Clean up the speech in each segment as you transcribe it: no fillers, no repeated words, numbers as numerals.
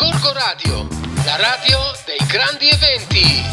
Gorgo Radio, la radio dei grandi eventi.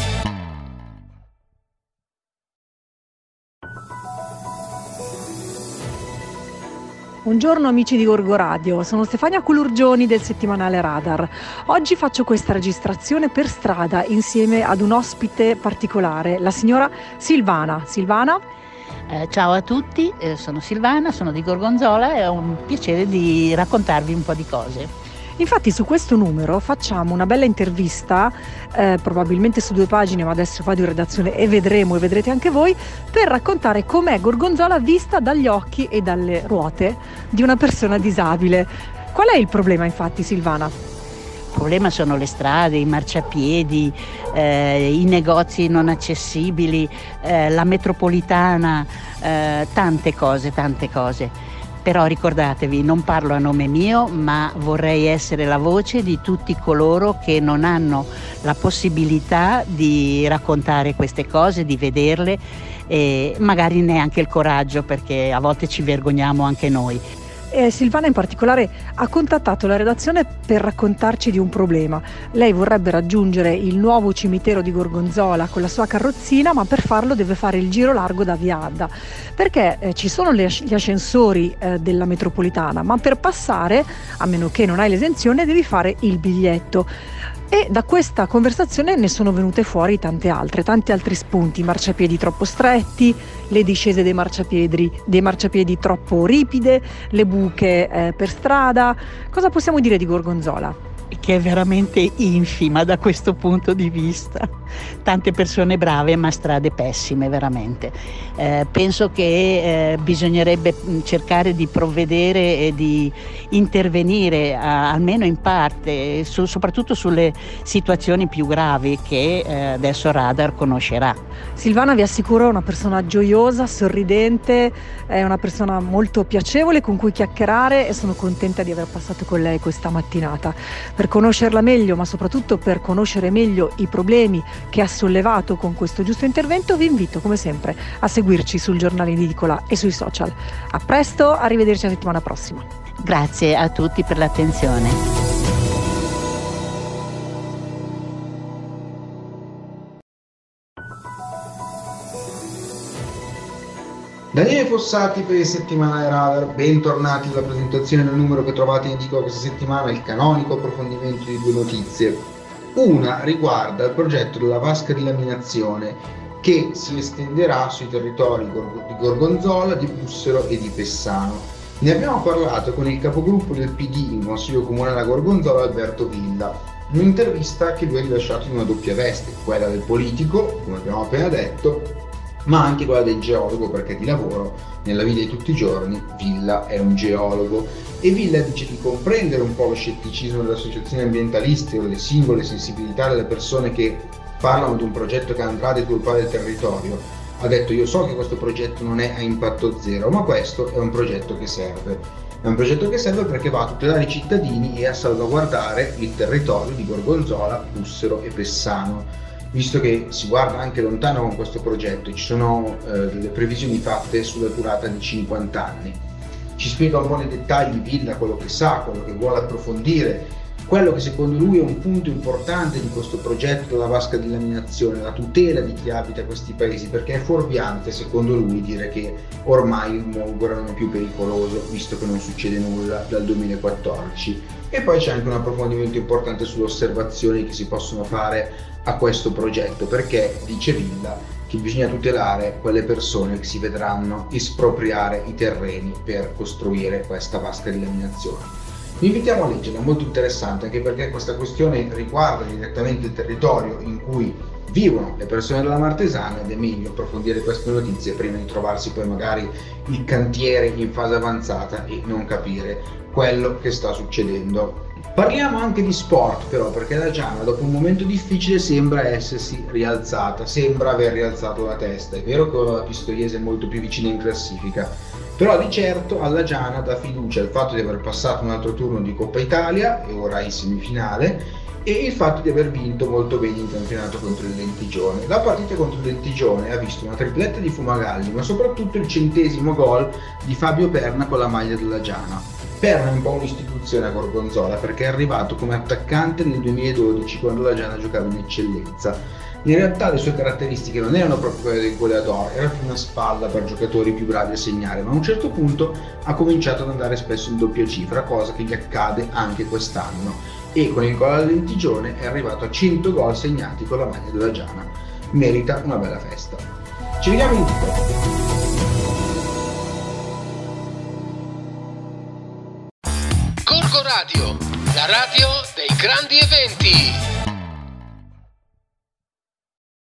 Buongiorno amici di Gorgo Radio, sono Stefania Culurgioni del settimanale Radar. Oggi faccio questa registrazione per strada insieme ad un ospite particolare, la signora Silvana. Silvana? Ciao a tutti, sono Silvana, sono di Gorgonzola e ho un piacere di raccontarvi un po' di cose. Infatti su questo numero facciamo una bella intervista, probabilmente su 2 pagine, ma adesso vado in redazione e vedremo e vedrete anche voi, per raccontare com'è Gorgonzola vista dagli occhi e dalle ruote di una persona disabile. Qual è il problema infatti, Silvana? Il problema sono le strade, i marciapiedi, i negozi non accessibili, la metropolitana, tante cose. Però ricordatevi, non parlo a nome mio, ma vorrei essere la voce di tutti coloro che non hanno la possibilità di raccontare queste cose, di vederle e magari neanche il coraggio, perché a volte ci vergogniamo anche noi. Silvana in particolare ha contattato la redazione per raccontarci di un problema. Lei vorrebbe raggiungere il nuovo cimitero di Gorgonzola con la sua carrozzina, ma per farlo deve fare il giro largo da Via Adda, perché ci sono gli ascensori della metropolitana, ma per passare, a meno che non hai l'esenzione, devi fare il biglietto. E da questa conversazione ne sono venute fuori tanti altri spunti: marciapiedi troppo stretti, le discese dei marciapiedi troppo ripide, le buche per strada. Cosa possiamo dire di Gorgonzola? Che è veramente infima da questo punto di vista. Tante persone brave ma strade pessime, veramente. Penso che bisognerebbe cercare di provvedere e di intervenire almeno in parte, soprattutto sulle situazioni più gravi che adesso Radar conoscerà. Silvana, vi assicuro, è una persona gioiosa, sorridente, è una persona molto piacevole con cui chiacchierare e sono contenta di aver passato con lei questa mattinata. Per conoscerla meglio, ma soprattutto per conoscere meglio i problemi che ha sollevato con questo giusto intervento, vi invito come sempre a seguirci sul giornale di Edicola e sui social. A presto, arrivederci la settimana prossima. Grazie a tutti per l'attenzione. Daniele Fossati per il settimanale Radar, bentornati alla presentazione del numero che trovate in edicola questa settimana, il canonico approfondimento di 2 notizie. Una riguarda il progetto della vasca di laminazione che si estenderà sui territori di Gorgonzola, di Bussero e di Pessano. Ne abbiamo parlato con il capogruppo del PD in Consiglio Comunale a Gorgonzola, Alberto Villa, in un'intervista che lui ha rilasciato in una doppia veste, quella del politico, come abbiamo appena detto, ma anche quella del geologo, perché di lavoro nella vita di tutti i giorni Villa è un geologo. E Villa dice di comprendere un po' lo scetticismo delle associazioni ambientaliste o delle singole sensibilità delle persone che parlano di un progetto che andrà a deturpare il territorio. Ha detto: io so che questo progetto non è a impatto zero, ma questo è un progetto che serve. È un progetto che serve perché va a tutelare i cittadini e a salvaguardare il territorio di Gorgonzola, Bussero e Pessano. Visto che si guarda anche lontano con questo progetto, ci sono delle previsioni fatte sulla durata di 50 anni. Ci spiega un po' nei dettagli Villa quello che sa, quello che vuole approfondire, quello che secondo lui è un punto importante di questo progetto della vasca di laminazione, la tutela di chi abita questi paesi, perché è fuorviante secondo lui dire che ormai il Mongoro non è più pericoloso, visto che non succede nulla dal 2014. E poi c'è anche un approfondimento importante sulle osservazioni che si possono fare a questo progetto, perché dice Villa che bisogna tutelare quelle persone che si vedranno espropriare i terreni per costruire questa vasca di laminazione. Vi invitiamo a leggerla, è molto interessante, anche perché questa questione riguarda direttamente il territorio in cui vivono le persone della Martesana ed è meglio approfondire queste notizie prima di trovarsi poi magari il cantiere in fase avanzata e non capire quello che sta succedendo. Parliamo anche di sport però, perché la Giana dopo un momento difficile sembra essersi rialzata, sembra aver rialzato la testa. È vero che la Pistoiese è molto più vicina in classifica, però di certo alla Giana dà fiducia il fatto di aver passato un altro turno di Coppa Italia e ora in semifinale, e il fatto di aver vinto molto bene in campionato contro il Lentigione. La partita contro il Lentigione ha visto una tripletta di Fumagalli, ma soprattutto il 100° gol di Fabio Perna con la maglia della Giana. Perna è un po' un'istituzione a Gorgonzola perché è arrivato come attaccante nel 2012 quando la Giana giocava in eccellenza. In realtà le sue caratteristiche non erano proprio quelle del goleador, era più una spalla per giocatori più bravi a segnare, ma a un certo punto ha cominciato ad andare spesso in doppia cifra, cosa che gli accade anche quest'anno, e con il gol al Lentigione è arrivato a 100 gol segnati con la maglia della Giana. Merita una bella festa. Ci vediamo in TikTok. Gorgo Radio, la radio dei grandi eventi.